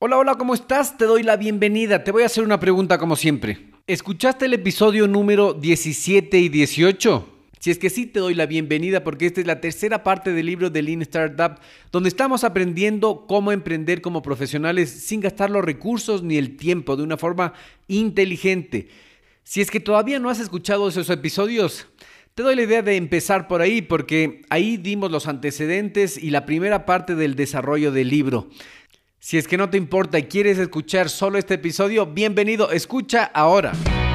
Hola, hola, ¿cómo estás? Te doy la bienvenida. Te voy a hacer una pregunta como siempre. ¿Escuchaste el episodio número 17 y 18? Si es que sí, te doy la bienvenida porque esta es la tercera parte del libro de Lean Startup, donde estamos aprendiendo cómo emprender como profesionales sin gastar los recursos ni el tiempo de una forma inteligente. Si es que todavía no has escuchado esos episodios, te doy la idea de empezar por ahí porque ahí dimos los antecedentes y la primera parte del desarrollo del libro. Si es que no te importa y quieres escuchar solo este episodio, bienvenido, escucha ahora.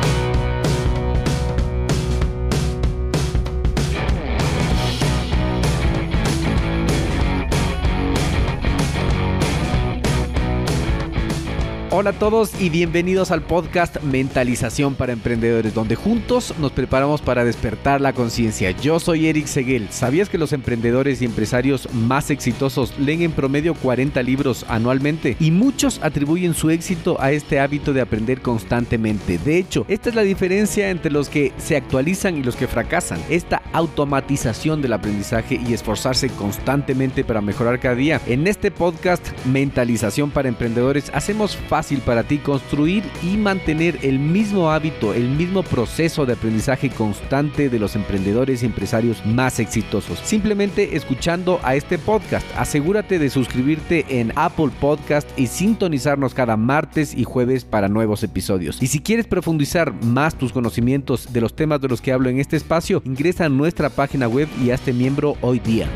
Hola a todos y bienvenidos al podcast Mentalización para Emprendedores, donde juntos nos preparamos para despertar la conciencia. Yo soy Eric Seguel. ¿Sabías que los emprendedores y empresarios más exitosos leen en promedio 40 libros anualmente? Y muchos atribuyen su éxito a este hábito de aprender constantemente. De hecho, esta es la diferencia entre los que se actualizan y los que fracasan. Esta automatización del aprendizaje y esforzarse constantemente para mejorar cada día. En este podcast Mentalización para Emprendedores hacemos fácil para ti construir y mantener el mismo hábito, el mismo proceso de aprendizaje constante de los emprendedores y empresarios más exitosos. Simplemente escuchando a este podcast, asegúrate de suscribirte en Apple Podcast y sintonizarnos cada martes y jueves para nuevos episodios. Y si quieres profundizar más tus conocimientos de los temas de los que hablo en este espacio, ingresa a nuestra página web y hazte miembro hoy día.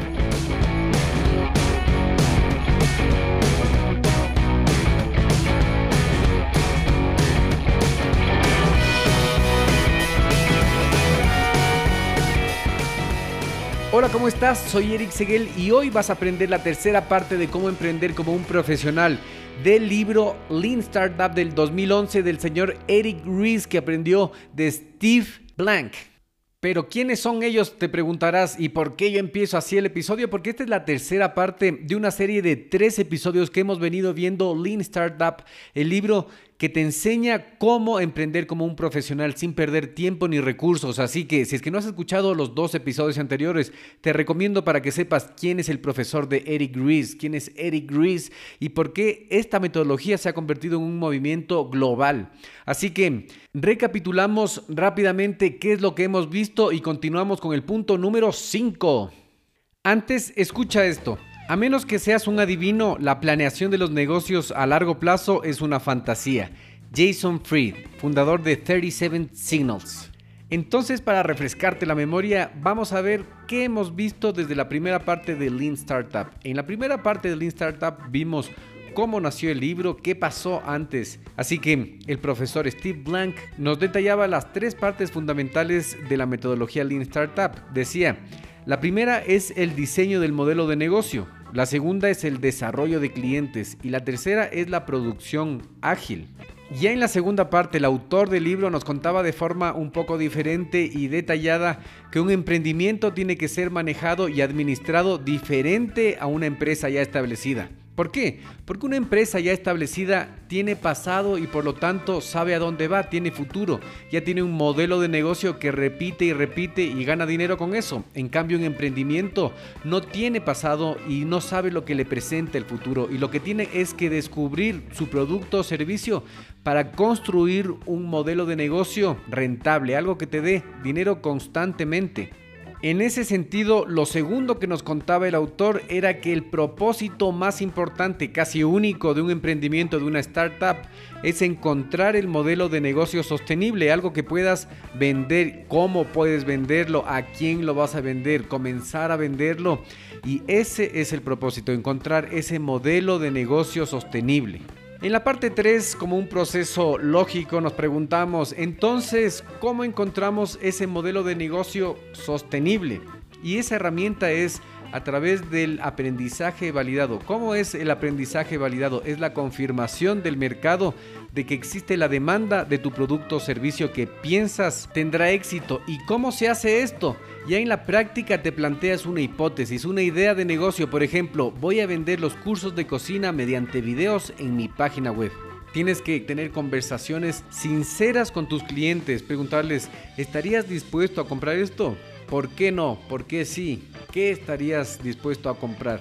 Hola, ¿cómo estás? Soy Eric Seguel y hoy vas a aprender la tercera parte de cómo emprender como un profesional del libro Lean Startup del 2011 del señor Eric Ries, que aprendió de Steve Blank. Pero ¿quiénes son ellos? Te preguntarás. ¿Y por qué yo empiezo así el episodio? Porque esta es la tercera parte de una serie de 3 episodios que hemos venido viendo Lean Startup, el libro que te enseña cómo emprender como un profesional sin perder tiempo ni recursos. Así que si es que no has escuchado los 2 episodios anteriores, te recomiendo para que sepas quién es el profesor de Eric Ries, quién es Eric Ries y por qué esta metodología se ha convertido en un movimiento global. Así que recapitulamos rápidamente qué es lo que hemos visto y continuamos con el punto número 5. Antes, escucha esto. A menos que seas un adivino, la planeación de los negocios a largo plazo es una fantasía. Jason Fried, fundador de 37 Signals. Entonces, para refrescarte la memoria, vamos a ver qué hemos visto desde la primera parte de Lean Startup. En la primera parte de Lean Startup vimos cómo nació el libro, qué pasó antes. Así que el profesor Steve Blank nos detallaba las 3 partes fundamentales de la metodología Lean Startup. Decía, la primera es el diseño del modelo de negocio. La segunda es el desarrollo de clientes y la tercera es la producción ágil. Ya en la segunda parte, el autor del libro nos contaba de forma un poco diferente y detallada que un emprendimiento tiene que ser manejado y administrado diferente a una empresa ya establecida. ¿Por qué? Porque una empresa ya establecida tiene pasado y por lo tanto sabe a dónde va, tiene futuro, ya tiene un modelo de negocio que repite y gana dinero con eso. En cambio, un emprendimiento no tiene pasado y no sabe lo que le presenta el futuro y lo que tiene es que descubrir su producto o servicio para construir un modelo de negocio rentable, algo que te dé dinero constantemente. En ese sentido, lo segundo que nos contaba el autor era que el propósito más importante, casi único de un emprendimiento, de una startup, es encontrar el modelo de negocio sostenible, algo que puedas vender, cómo puedes venderlo, a quién lo vas a vender, comenzar a venderlo. Y ese es el propósito, encontrar ese modelo de negocio sostenible. En la parte 3, como un proceso lógico, nos preguntamos, entonces, ¿cómo encontramos ese modelo de negocio sostenible? Y esa herramienta es a través del aprendizaje validado. ¿Cómo es el aprendizaje validado? Es la confirmación del mercado de que existe la demanda de tu producto o servicio que piensas tendrá éxito. ¿Y cómo se hace esto? Ya en la práctica te planteas una hipótesis, una idea de negocio. Por ejemplo, voy a vender los cursos de cocina mediante videos en mi página web. Tienes que tener conversaciones sinceras con tus clientes, preguntarles, ¿estarías dispuesto a comprar esto? ¿Por qué no? ¿Por qué sí? ¿Qué estarías dispuesto a comprar?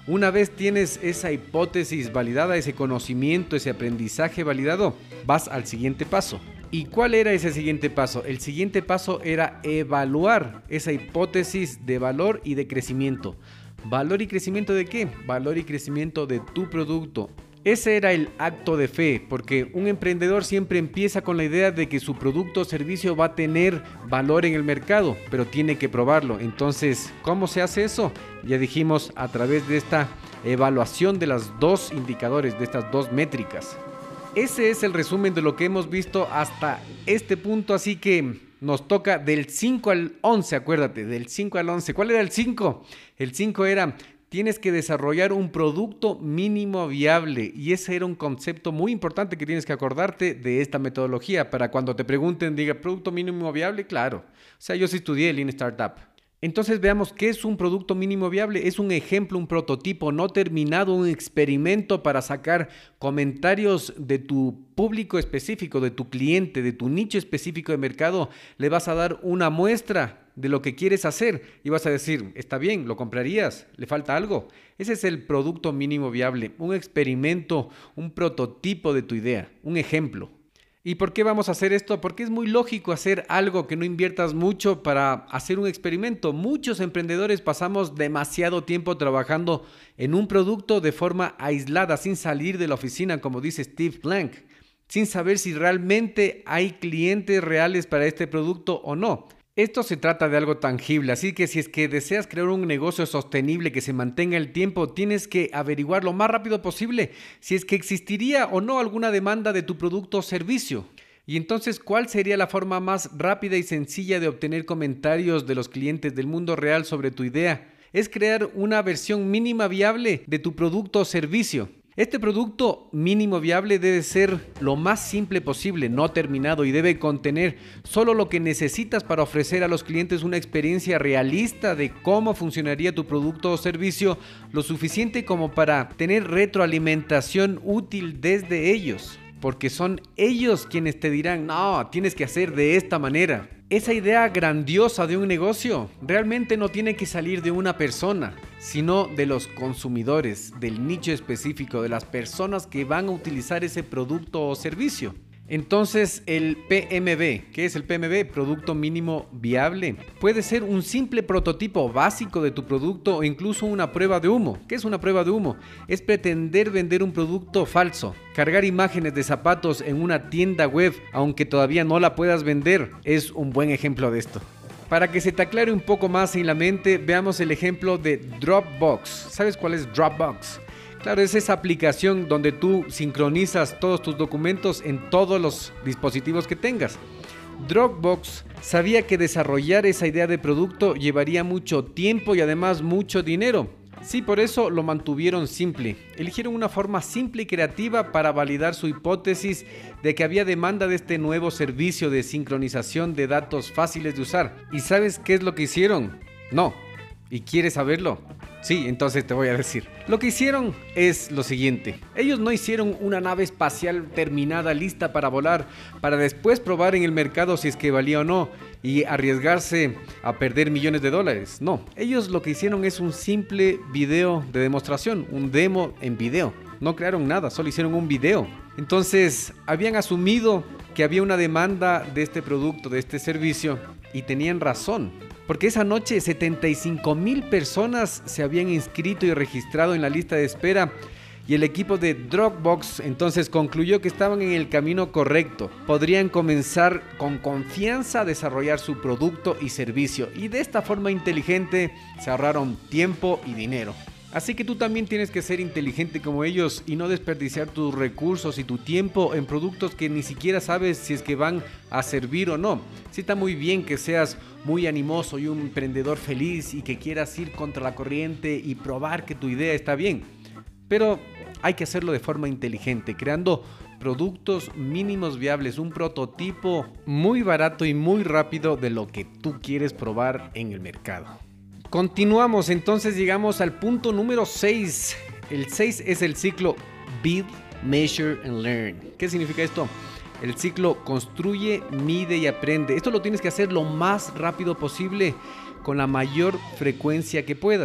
Una vez tienes esa hipótesis validada, ese conocimiento, ese aprendizaje validado, vas al siguiente paso. ¿Y cuál era ese siguiente paso? El siguiente paso era evaluar esa hipótesis de valor y de crecimiento. ¿Valor y crecimiento de qué? Valor y crecimiento de tu producto. Ese era el acto de fe, porque un emprendedor siempre empieza con la idea de que su producto o servicio va a tener valor en el mercado, pero tiene que probarlo. Entonces, ¿cómo se hace eso? Ya dijimos, a través de esta evaluación de los dos indicadores, de estas dos métricas. Ese es el resumen de lo que hemos visto hasta este punto, así que nos toca del 5 al 11, acuérdate, del 5 al 11. ¿Cuál era el 5? El 5 era: tienes que desarrollar un producto mínimo viable, y ese era un concepto muy importante que tienes que acordarte de esta metodología para cuando te pregunten, diga, ¿producto mínimo viable? Claro, o sea, yo sí estudié Lean Startup. Entonces veamos qué es un producto mínimo viable. Es un ejemplo, un prototipo no terminado, un experimento para sacar comentarios de tu público específico, de tu cliente, de tu nicho específico de mercado. Le vas a dar una muestra de lo que quieres hacer y vas a decir, está bien, lo comprarías, le falta algo. Ese es el producto mínimo viable, un experimento, un prototipo de tu idea, un ejemplo. ¿Y por qué vamos a hacer esto? Porque es muy lógico hacer algo que no inviertas mucho para hacer un experimento. Muchos emprendedores pasamos demasiado tiempo trabajando en un producto de forma aislada, sin salir de la oficina, como dice Steve Blank, sin saber si realmente hay clientes reales para este producto o no. Esto se trata de algo tangible, así que si es que deseas crear un negocio sostenible que se mantenga el tiempo, tienes que averiguar lo más rápido posible si es que existiría o no alguna demanda de tu producto o servicio. Y entonces, ¿cuál sería la forma más rápida y sencilla de obtener comentarios de los clientes del mundo real sobre tu idea? Es crear una versión mínima viable de tu producto o servicio. Este producto mínimo viable debe ser lo más simple posible, no terminado, y debe contener solo lo que necesitas para ofrecer a los clientes una experiencia realista de cómo funcionaría tu producto o servicio, lo suficiente como para tener retroalimentación útil desde ellos, porque son ellos quienes te dirán, no, tienes que hacer de esta manera. Esa idea grandiosa de un negocio realmente no tiene que salir de una persona, sino de los consumidores, del nicho específico, de las personas que van a utilizar ese producto o servicio. Entonces, el PMV, ¿qué es el PMV? Producto mínimo viable. Puede ser un simple prototipo básico de tu producto o incluso una prueba de humo. ¿Qué es una prueba de humo? Es pretender vender un producto falso. Cargar imágenes de zapatos en una tienda web, aunque todavía no la puedas vender, es un buen ejemplo de esto. Para que se te aclare un poco más en la mente, veamos el ejemplo de Dropbox. ¿Sabes cuál es Dropbox? Claro, es esa aplicación donde tú sincronizas todos tus documentos en todos los dispositivos que tengas. Dropbox sabía que desarrollar esa idea de producto llevaría mucho tiempo y además mucho dinero. Sí, por eso lo mantuvieron simple. Eligieron una forma simple y creativa para validar su hipótesis de que había demanda de este nuevo servicio de sincronización de datos fáciles de usar. ¿Y sabes qué es lo que hicieron? No. ¿Y quieres saberlo? Sí, entonces te voy a decir. Lo que hicieron es lo siguiente. Ellos no hicieron una nave espacial terminada, lista para volar, para después probar en el mercado si es que valía o no y arriesgarse a perder millones de dólares. No, ellos lo que hicieron es un simple video de demostración, un demo en video. No crearon nada, solo hicieron un video. Entonces, habían asumido que había una demanda de este producto, de este servicio, y tenían razón. Porque esa noche 75,000 personas se habían inscrito y registrado en la lista de espera y el equipo de Dropbox entonces concluyó que estaban en el camino correcto. Podrían comenzar con confianza a desarrollar su producto y servicio y de esta forma inteligente se ahorraron tiempo y dinero. Así que tú también tienes que ser inteligente como ellos y no desperdiciar tus recursos y tu tiempo en productos que ni siquiera sabes si es que van a servir o no. Sí, está muy bien que seas muy animoso y un emprendedor feliz y que quieras ir contra la corriente y probar que tu idea está bien. Pero hay que hacerlo de forma inteligente, creando productos mínimos viables, un prototipo muy barato y muy rápido de lo que tú quieres probar en el mercado. Continuamos, entonces llegamos al punto número 6. El 6 es el ciclo Build, Measure and Learn. ¿Qué significa esto? El ciclo construye, mide y aprende. Esto lo tienes que hacer lo más rápido posible, con la mayor frecuencia que puedas.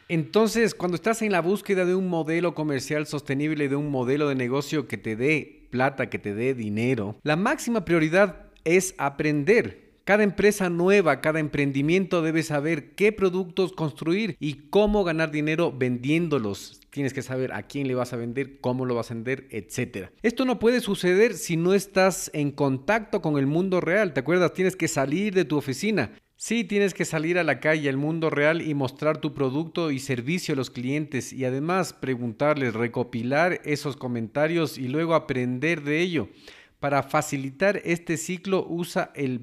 Entonces, cuando estás en la búsqueda de un modelo comercial sostenible, de un modelo de negocio que te dé plata, que te dé dinero, la máxima prioridad es aprender. Cada empresa nueva, cada emprendimiento debe saber qué productos construir y cómo ganar dinero vendiéndolos. Tienes que saber a quién le vas a vender, cómo lo vas a vender, etc. Esto no puede suceder si no estás en contacto con el mundo real. ¿Te acuerdas? Tienes que salir de tu oficina. Sí, tienes que salir a la calle, al mundo real y mostrar tu producto y servicio a los clientes y además preguntarles, recopilar esos comentarios y luego aprender de ello. Para facilitar este ciclo usa el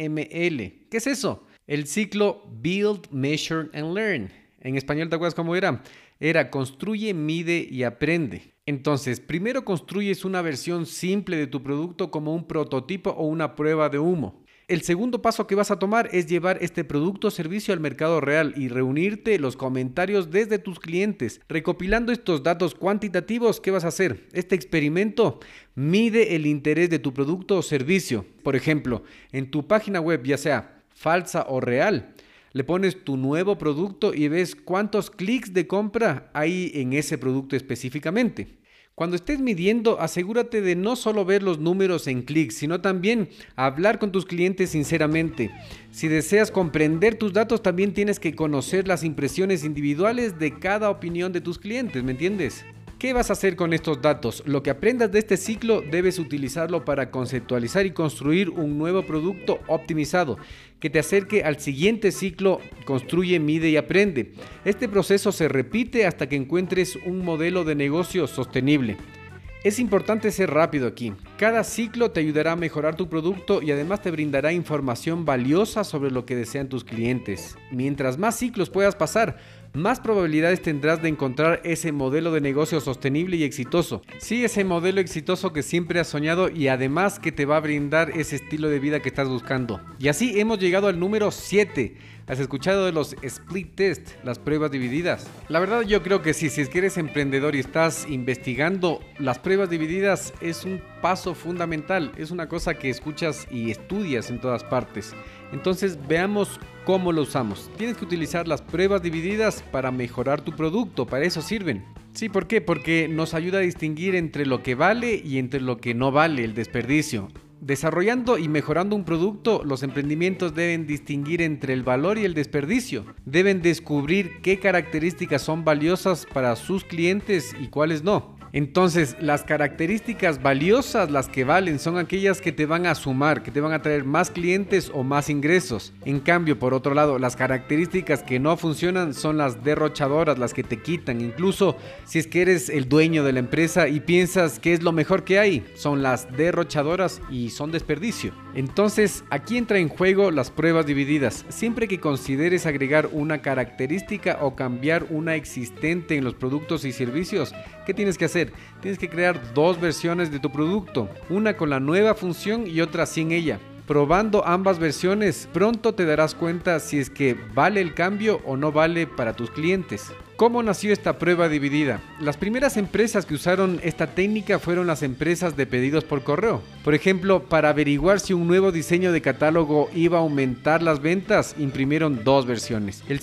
BML. ¿Qué es eso? El ciclo Build, Measure and Learn. En español, ¿te acuerdas cómo era? Era construye, mide y aprende. Entonces, primero construyes una versión simple de tu producto como un prototipo o una prueba de humo. El segundo paso que vas a tomar es llevar este producto o servicio al mercado real y reunirte los comentarios desde tus clientes. Recopilando estos datos cuantitativos, ¿qué vas a hacer? Este experimento mide el interés de tu producto o servicio. Por ejemplo, en tu página web, ya sea falsa o real, le pones tu nuevo producto y ves cuántos clics de compra hay en ese producto específicamente. Cuando estés midiendo, asegúrate de no solo ver los números en clics, sino también hablar con tus clientes sinceramente. Si deseas comprender tus datos, también tienes que conocer las impresiones individuales de cada opinión de tus clientes, ¿me entiendes? ¿Qué vas a hacer con estos datos? Lo que aprendas de este ciclo debes utilizarlo para conceptualizar y construir un nuevo producto optimizado que te acerque al siguiente ciclo, construye, mide y aprende. Este proceso se repite hasta que encuentres un modelo de negocio sostenible. Es importante ser rápido aquí. Cada ciclo te ayudará a mejorar tu producto y además te brindará información valiosa sobre lo que desean tus clientes. Mientras más ciclos puedas pasar, más probabilidades tendrás de encontrar ese modelo de negocio sostenible y exitoso. Sí, ese modelo exitoso que siempre has soñado y además que te va a brindar ese estilo de vida que estás buscando. Y así hemos llegado al número 7. ¿Has escuchado de los split test, las pruebas divididas? La verdad yo creo que sí, si es que eres emprendedor y estás investigando, las pruebas divididas es un paso fundamental, es una cosa que escuchas y estudias en todas partes. Entonces veamos cómo lo usamos. Tienes que utilizar las pruebas divididas para mejorar tu producto, para eso sirven. Sí, ¿por qué? Porque nos ayuda a distinguir entre lo que vale y entre lo que no vale, el desperdicio. Desarrollando y mejorando un producto, los emprendimientos deben distinguir entre el valor y el desperdicio. Deben descubrir qué características son valiosas para sus clientes y cuáles no. Entonces, las características valiosas, las que valen, son aquellas que te van a sumar, que te van a traer más clientes o más ingresos. En cambio, por otro lado, las características que no funcionan son las derrochadoras, las que te quitan. Incluso si es que eres el dueño de la empresa y piensas que es lo mejor que hay, son las derrochadoras y son desperdicio. Entonces, aquí entra en juego las pruebas divididas. Siempre que consideres agregar una característica o cambiar una existente en los productos y servicios, ¿qué tienes que hacer? Tienes que crear dos versiones de tu producto, una con la nueva función y otra sin ella. Probando ambas versiones, pronto te darás cuenta si es que vale el cambio o no vale para tus clientes. ¿Cómo nació esta prueba dividida? Las primeras empresas que usaron esta técnica fueron las empresas de pedidos por correo. Por ejemplo, para averiguar si un nuevo diseño de catálogo iba a aumentar las ventas, imprimieron dos versiones. El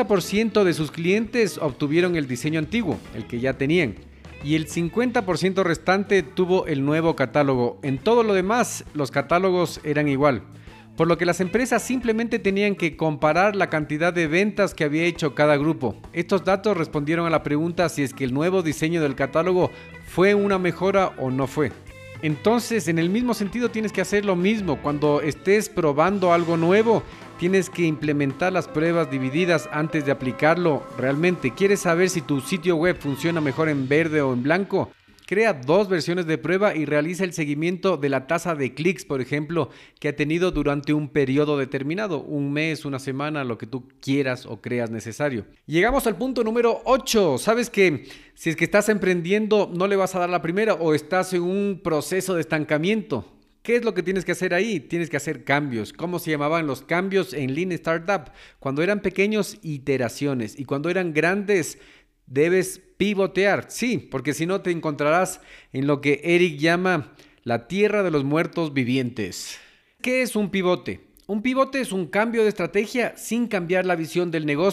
50% de sus clientes obtuvieron el diseño antiguo, el que ya tenían. Y el 50% restante tuvo el nuevo catálogo. En todo lo demás, los catálogos eran igual. Por lo que las empresas simplemente tenían que comparar la cantidad de ventas que había hecho cada grupo. Estos datos respondieron a la pregunta si es que el nuevo diseño del catálogo fue una mejora o no fue. Entonces, en el mismo sentido tienes que hacer lo mismo. Cuando estés probando algo nuevo, tienes que implementar las pruebas divididas antes de aplicarlo realmente. ¿Quieres saber si tu sitio web funciona mejor en verde o en blanco? Crea dos versiones de prueba y realiza el seguimiento de la tasa de clics, por ejemplo, que ha tenido durante un periodo determinado, un mes, una semana, lo que tú quieras o creas necesario. Llegamos al punto número 8. ¿Sabes que si es que estás emprendiendo no le vas a dar la primera o estás en un proceso de estancamiento? ¿Qué es lo que tienes que hacer ahí? Tienes que hacer cambios. ¿Cómo se llamaban los cambios en Lean Startup? Cuando eran pequeños, iteraciones, y cuando eran grandes, debes pivotear. Sí, porque si no te encontrarás en lo que Eric llama la tierra de los muertos vivientes. ¿Qué es un pivote? Un pivote es un cambio de estrategia sin cambiar la visión del negocio.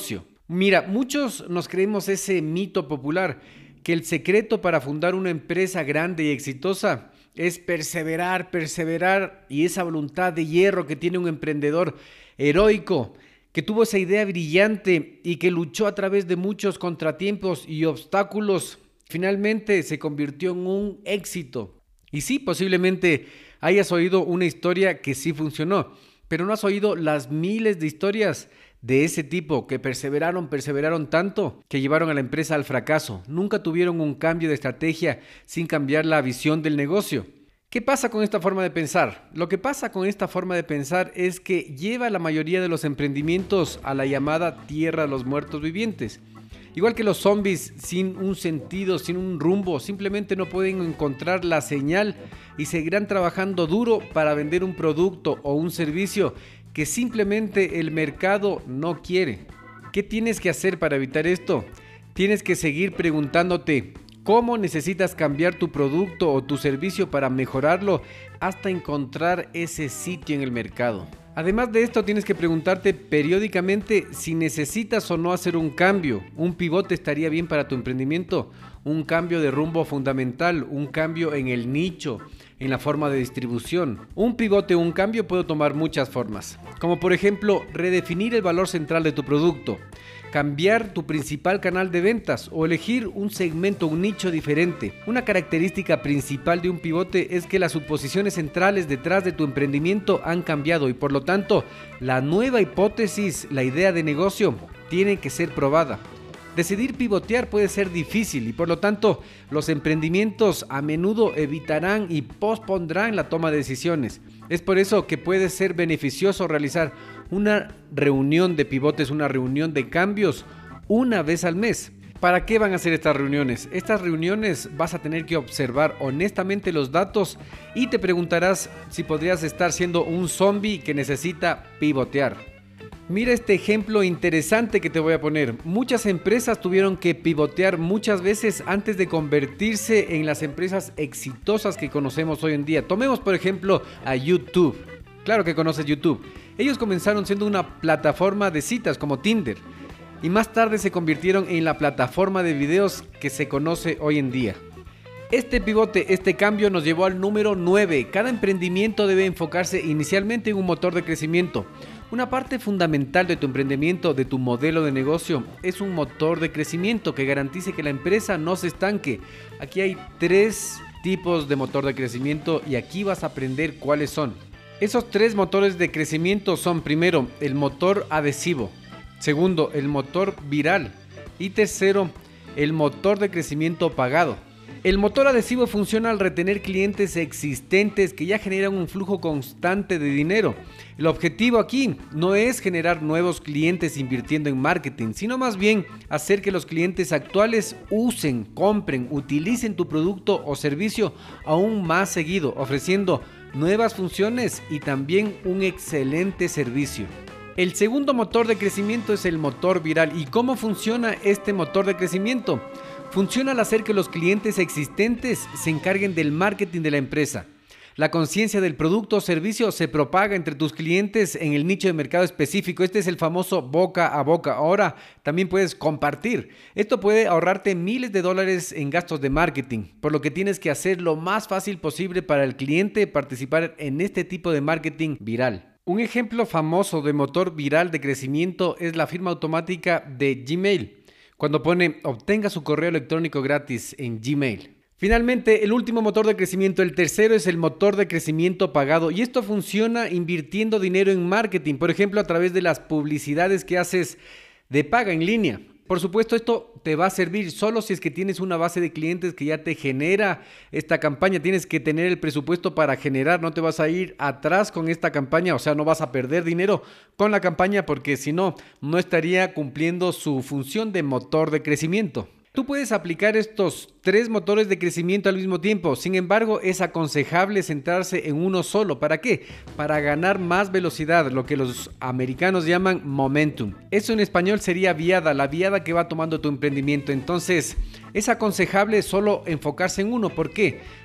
Mira, muchos nos creemos ese mito popular, que el secreto para fundar una empresa grande y exitosa es perseverar, perseverar y esa voluntad de hierro que tiene un emprendedor heroico, que tuvo esa idea brillante y que luchó a través de muchos contratiempos y obstáculos, finalmente se convirtió en un éxito. Y sí, posiblemente hayas oído una historia que sí funcionó, pero no has oído las miles de historias de ese tipo que perseveraron tanto que llevaron a la empresa al fracaso. Nunca tuvieron un cambio de estrategia sin cambiar la visión del negocio. ¿Qué pasa con esta forma de pensar? Lo que pasa con esta forma de pensar es que lleva a la mayoría de los emprendimientos a la llamada tierra de los muertos vivientes. Igual que los zombies, sin un sentido, sin un rumbo, simplemente no pueden encontrar la señal y seguirán trabajando duro para vender un producto o un servicio que simplemente el mercado no quiere. ¿Qué tienes que hacer para evitar esto? Tienes que seguir preguntándote cómo necesitas cambiar tu producto o tu servicio para mejorarlo hasta encontrar ese sitio en el mercado. Además de esto, tienes que preguntarte periódicamente si necesitas o no hacer un cambio. Un pivote estaría bien para tu emprendimiento, un cambio de rumbo fundamental, un cambio en el nicho, en la forma de distribución. Un pivote o un cambio puede tomar muchas formas, como por ejemplo redefinir el valor central de tu producto, cambiar tu principal canal de ventas o elegir un segmento, un nicho diferente. Una característica principal de un pivote es que las suposiciones centrales detrás de tu emprendimiento han cambiado y por lo tanto la nueva hipótesis, la idea de negocio, tiene que ser probada. Decidir pivotear puede ser difícil y por lo tanto los emprendimientos a menudo evitarán y pospondrán la toma de decisiones. Es por eso que puede ser beneficioso realizar una reunión de pivotes, una reunión de cambios una vez al mes. ¿Para qué van a ser estas reuniones? Estas reuniones vas a tener que observar honestamente los datos y te preguntarás si podrías estar siendo un zombie que necesita pivotear. Mira este ejemplo interesante que te voy a poner. Muchas empresas tuvieron que pivotear muchas veces antes de convertirse en las empresas exitosas que conocemos hoy en día. Tomemos por ejemplo a YouTube. Claro que conoces YouTube. Ellos comenzaron siendo una plataforma de citas como Tinder y más tarde se convirtieron en la plataforma de videos que se conoce hoy en día. Este pivote, este cambio nos llevó al número 9. Cada emprendimiento debe enfocarse inicialmente en un motor de crecimiento. Una parte fundamental de tu emprendimiento, de tu modelo de negocio, es un motor de crecimiento que garantice que la empresa no se estanque. Aquí hay 3 tipos de motor de crecimiento y aquí vas a aprender cuáles son. Esos 3 motores de crecimiento son, primero, el motor adhesivo, segundo, el motor viral y tercero, el motor de crecimiento pagado. El motor adhesivo funciona al retener clientes existentes que ya generan un flujo constante de dinero. El objetivo aquí no es generar nuevos clientes invirtiendo en marketing, sino más bien hacer que los clientes actuales usen, compren, utilicen tu producto o servicio aún más seguido, ofreciendo nuevas funciones y también un excelente servicio. El segundo motor de crecimiento es el motor viral. ¿Y cómo funciona este motor de crecimiento? Funciona al hacer que los clientes existentes se encarguen del marketing de la empresa. La conciencia del producto o servicio se propaga entre tus clientes en el nicho de mercado específico. Este es el famoso boca a boca. Ahora también puedes compartir. Esto puede ahorrarte miles de dólares en gastos de marketing, por lo que tienes que hacer lo más fácil posible para el cliente participar en este tipo de marketing viral. Un ejemplo famoso de motor viral de crecimiento es la firma automática de Gmail, cuando pone obtenga su correo electrónico gratis en Gmail. Finalmente, el último motor de crecimiento, el tercero, es el motor de crecimiento pagado y esto funciona invirtiendo dinero en marketing, por ejemplo a través de las publicidades que haces de paga en línea. Por supuesto, esto te va a servir solo si es que tienes una base de clientes que ya te genera esta campaña. Tienes que tener el presupuesto para generar, no te vas a ir atrás con esta campaña, o sea, no vas a perder dinero con la campaña porque si no, no estaría cumpliendo su función de motor de crecimiento. Tú puedes aplicar estos 3 motores de crecimiento al mismo tiempo, sin embargo es aconsejable centrarse en uno solo. ¿Para qué? Para ganar más velocidad, lo que los americanos llaman momentum. Eso en español sería viada, la viada que va tomando tu emprendimiento. Entonces es aconsejable solo enfocarse en uno. ¿Por qué?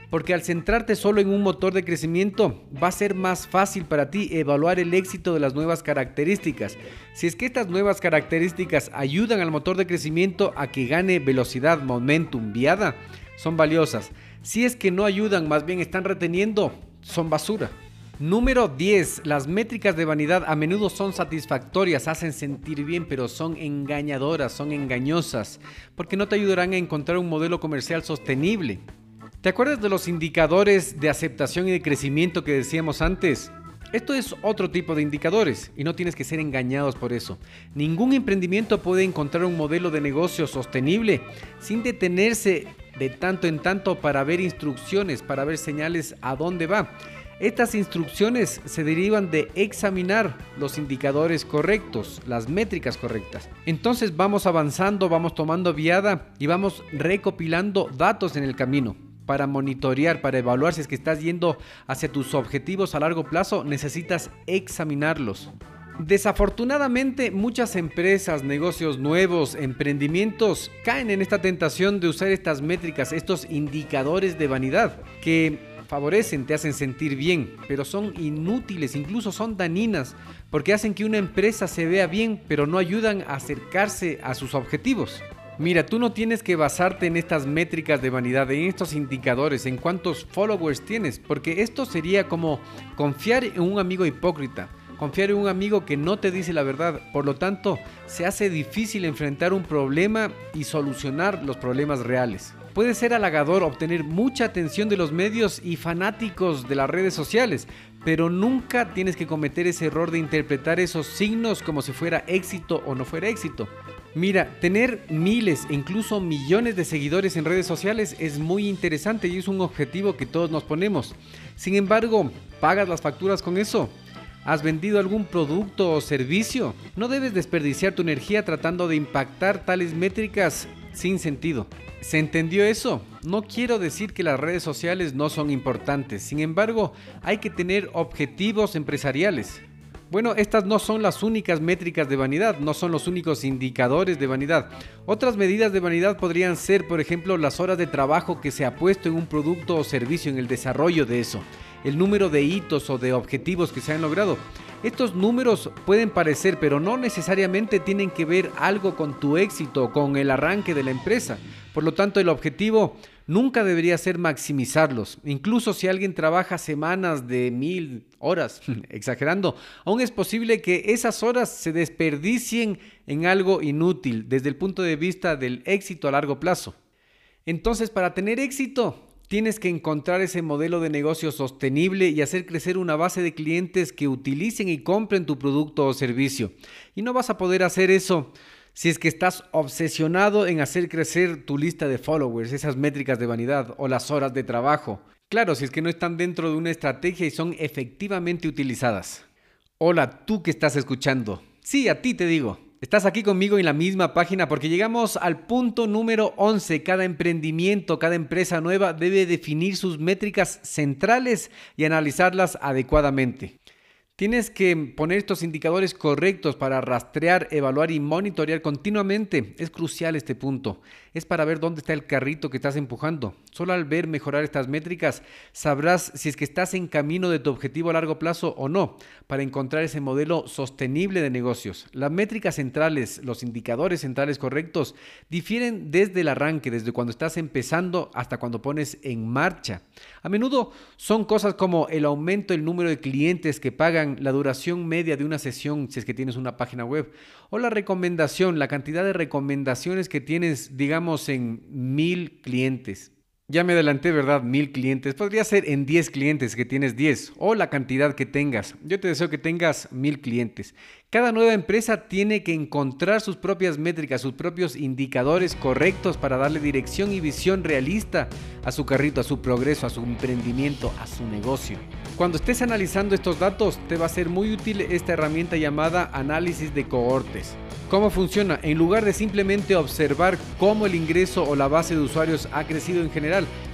Porque al centrarte solo en un motor de crecimiento, va a ser más fácil para ti evaluar el éxito de las nuevas características. Si es que estas nuevas características ayudan al motor de crecimiento a que gane velocidad, momentum, viada, son valiosas. Si es que no ayudan, más bien están reteniendo, son basura. Número 10. Las métricas de vanidad a menudo son satisfactorias, hacen sentir bien, pero son engañadoras, son engañosas, porque no te ayudarán a encontrar un modelo comercial sostenible. ¿Te acuerdas de los indicadores de aceptación y de crecimiento que decíamos antes? Esto es otro tipo de indicadores y no tienes que ser engañados por eso. Ningún emprendimiento puede encontrar un modelo de negocio sostenible sin detenerse de tanto en tanto para ver instrucciones, para ver señales a dónde va. Estas instrucciones se derivan de examinar los indicadores correctos, las métricas correctas. Entonces vamos avanzando, vamos tomando viada y vamos recopilando datos en el camino. Para monitorear, para evaluar si es que estás yendo hacia tus objetivos a largo plazo, necesitas examinarlos. Desafortunadamente, muchas empresas, negocios nuevos, emprendimientos caen en esta tentación de usar estas métricas, estos indicadores de vanidad que favorecen, te hacen sentir bien, pero son inútiles, incluso son dañinas, porque hacen que una empresa se vea bien, pero no ayudan a acercarse a sus objetivos. Mira, tú no tienes que basarte en estas métricas de vanidad, en estos indicadores, en cuántos followers tienes, porque esto sería como confiar en un amigo hipócrita, confiar en un amigo que no te dice la verdad. Por lo tanto, se hace difícil enfrentar un problema y solucionar los problemas reales. Puede ser halagador obtener mucha atención de los medios y fanáticos de las redes sociales, pero nunca tienes que cometer ese error de interpretar esos signos como si fuera éxito o no fuera éxito. Mira, tener miles e incluso millones de seguidores en redes sociales es muy interesante y es un objetivo que todos nos ponemos. Sin embargo, ¿pagas las facturas con eso? ¿Has vendido algún producto o servicio? No debes desperdiciar tu energía tratando de impactar tales métricas sin sentido. ¿Se entendió eso? No quiero decir que las redes sociales no son importantes, sin embargo, hay que tener objetivos empresariales. Bueno, estas no son las únicas métricas de vanidad, no son los únicos indicadores de vanidad. Otras medidas de vanidad podrían ser, por ejemplo, las horas de trabajo que se ha puesto en un producto o servicio, en el desarrollo de eso, el número de hitos o de objetivos que se han logrado. Estos números pueden parecer, pero no necesariamente tienen que ver algo con tu éxito, con el arranque de la empresa. Por lo tanto, el objetivo nunca debería ser maximizarlos. Incluso si alguien trabaja semanas de 1000 horas, exagerando, aún es posible que esas horas se desperdicien en algo inútil desde el punto de vista del éxito a largo plazo. Entonces, para tener éxito, tienes que encontrar ese modelo de negocio sostenible y hacer crecer una base de clientes que utilicen y compren tu producto o servicio. Y no vas a poder hacer eso si es que estás obsesionado en hacer crecer tu lista de followers, esas métricas de vanidad o las horas de trabajo. Claro, si es que no están dentro de una estrategia y son efectivamente utilizadas. Hola, tú que estás escuchando. Sí, a ti te digo. Estás aquí conmigo en la misma página porque llegamos al punto número 11. Cada emprendimiento, cada empresa nueva debe definir sus métricas centrales y analizarlas adecuadamente. Tienes que poner estos indicadores correctos para rastrear, evaluar y monitorear continuamente. Es crucial este punto. Es para ver dónde está el carrito que estás empujando. Solo al ver mejorar estas métricas sabrás si es que estás en camino de tu objetivo a largo plazo o no, para encontrar ese modelo sostenible de negocios. Las métricas centrales, los indicadores centrales correctos, difieren desde el arranque, desde cuando estás empezando hasta cuando pones en marcha. A menudo son cosas como el aumento del número de clientes que pagan, la duración media de una sesión si es que tienes una página web, o la recomendación, la cantidad de recomendaciones que tienes, digamos, en 1000 clientes. Ya me adelanté, ¿verdad? 1000 clientes. Podría ser en 10 clientes que tienes 10 o la cantidad que tengas. Yo te deseo que tengas 1000 clientes. Cada nueva empresa tiene que encontrar sus propias métricas, sus propios indicadores correctos para darle dirección y visión realista a su carrito, a su progreso, a su emprendimiento, a su negocio. Cuando estés analizando estos datos, te va a ser muy útil esta herramienta llamada análisis de cohortes. ¿Cómo funciona? En lugar de simplemente observar cómo el ingreso o la base de usuarios ha crecido en general,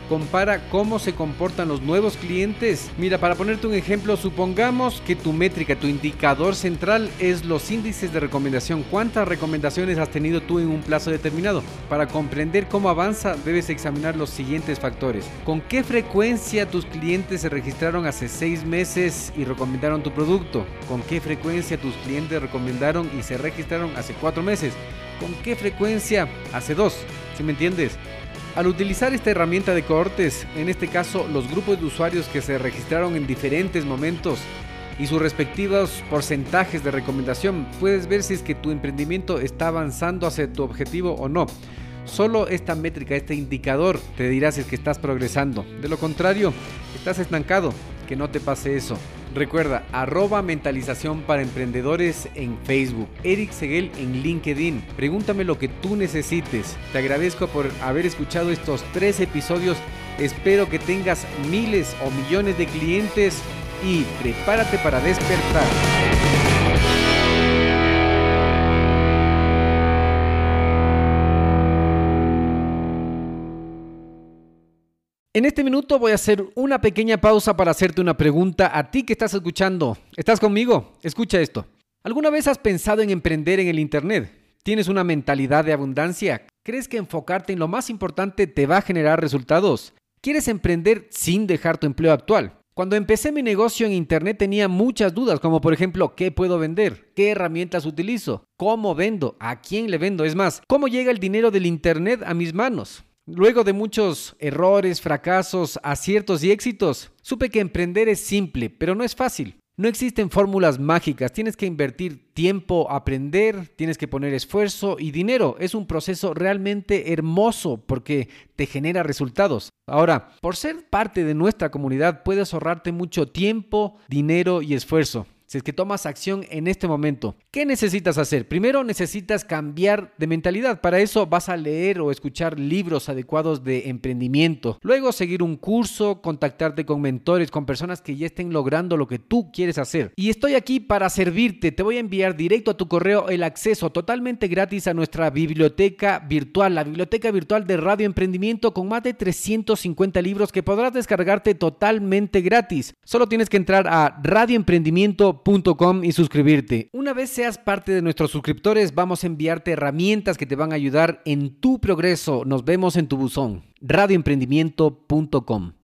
Compara cómo se comportan los nuevos clientes. Mira, para ponerte un ejemplo, supongamos que tu métrica, tu indicador central es los índices de recomendación. ¿Cuántas recomendaciones has tenido tú en un plazo determinado? Para comprender cómo avanza, debes examinar los siguientes factores. ¿Con qué frecuencia tus clientes se registraron hace 6 meses y recomendaron tu producto? ¿Con qué frecuencia tus clientes recomendaron y se registraron hace 4 meses? ¿Con qué frecuencia hace 2? ¿Sí me entiendes? Al utilizar esta herramienta de cohortes, en este caso los grupos de usuarios que se registraron en diferentes momentos y sus respectivos porcentajes de recomendación, puedes ver si es que tu emprendimiento está avanzando hacia tu objetivo o no. Solo esta métrica, este indicador, te dirá si es que estás progresando. De lo contrario, estás estancado. Que no te pase eso. Recuerda, @mentalización para emprendedores en Facebook, Eric Seguel en LinkedIn. Pregúntame lo que tú necesites. Te agradezco por haber escuchado estos 3 episodios. Espero que tengas miles o millones de clientes y prepárate para despertar. En este minuto voy a hacer una pequeña pausa para hacerte una pregunta a ti que estás escuchando. ¿Estás conmigo? Escucha esto. ¿Alguna vez has pensado en emprender en el Internet? ¿Tienes una mentalidad de abundancia? ¿Crees que enfocarte en lo más importante te va a generar resultados? ¿Quieres emprender sin dejar tu empleo actual? Cuando empecé mi negocio en Internet tenía muchas dudas, como por ejemplo, ¿qué puedo vender? ¿Qué herramientas utilizo? ¿Cómo vendo? ¿A quién le vendo? Es más, ¿cómo llega el dinero del Internet a mis manos? Luego de muchos errores, fracasos, aciertos y éxitos, supe que emprender es simple, pero no es fácil. No existen fórmulas mágicas, tienes que invertir tiempo, aprender, tienes que poner esfuerzo y dinero. Es un proceso realmente hermoso porque te genera resultados. Ahora, por ser parte de nuestra comunidad, puedes ahorrarte mucho tiempo, dinero y esfuerzo. Si es que tomas acción en este momento, ¿qué necesitas hacer? Primero necesitas cambiar de mentalidad. Para eso vas a leer o escuchar libros adecuados de emprendimiento. Luego seguir un curso, contactarte con mentores, con personas que ya estén logrando lo que tú quieres hacer. Y estoy aquí para servirte. Te voy a enviar directo a tu correo el acceso totalmente gratis a nuestra biblioteca virtual. La biblioteca virtual de Radio Emprendimiento con más de 350 libros que podrás descargarte totalmente gratis. Solo tienes que entrar a radioemprendimiento.com y suscribirte. Una vez seas parte de nuestros suscriptores, vamos a enviarte herramientas que te van a ayudar en tu progreso. Nos vemos en tu buzón. radioemprendimiento.com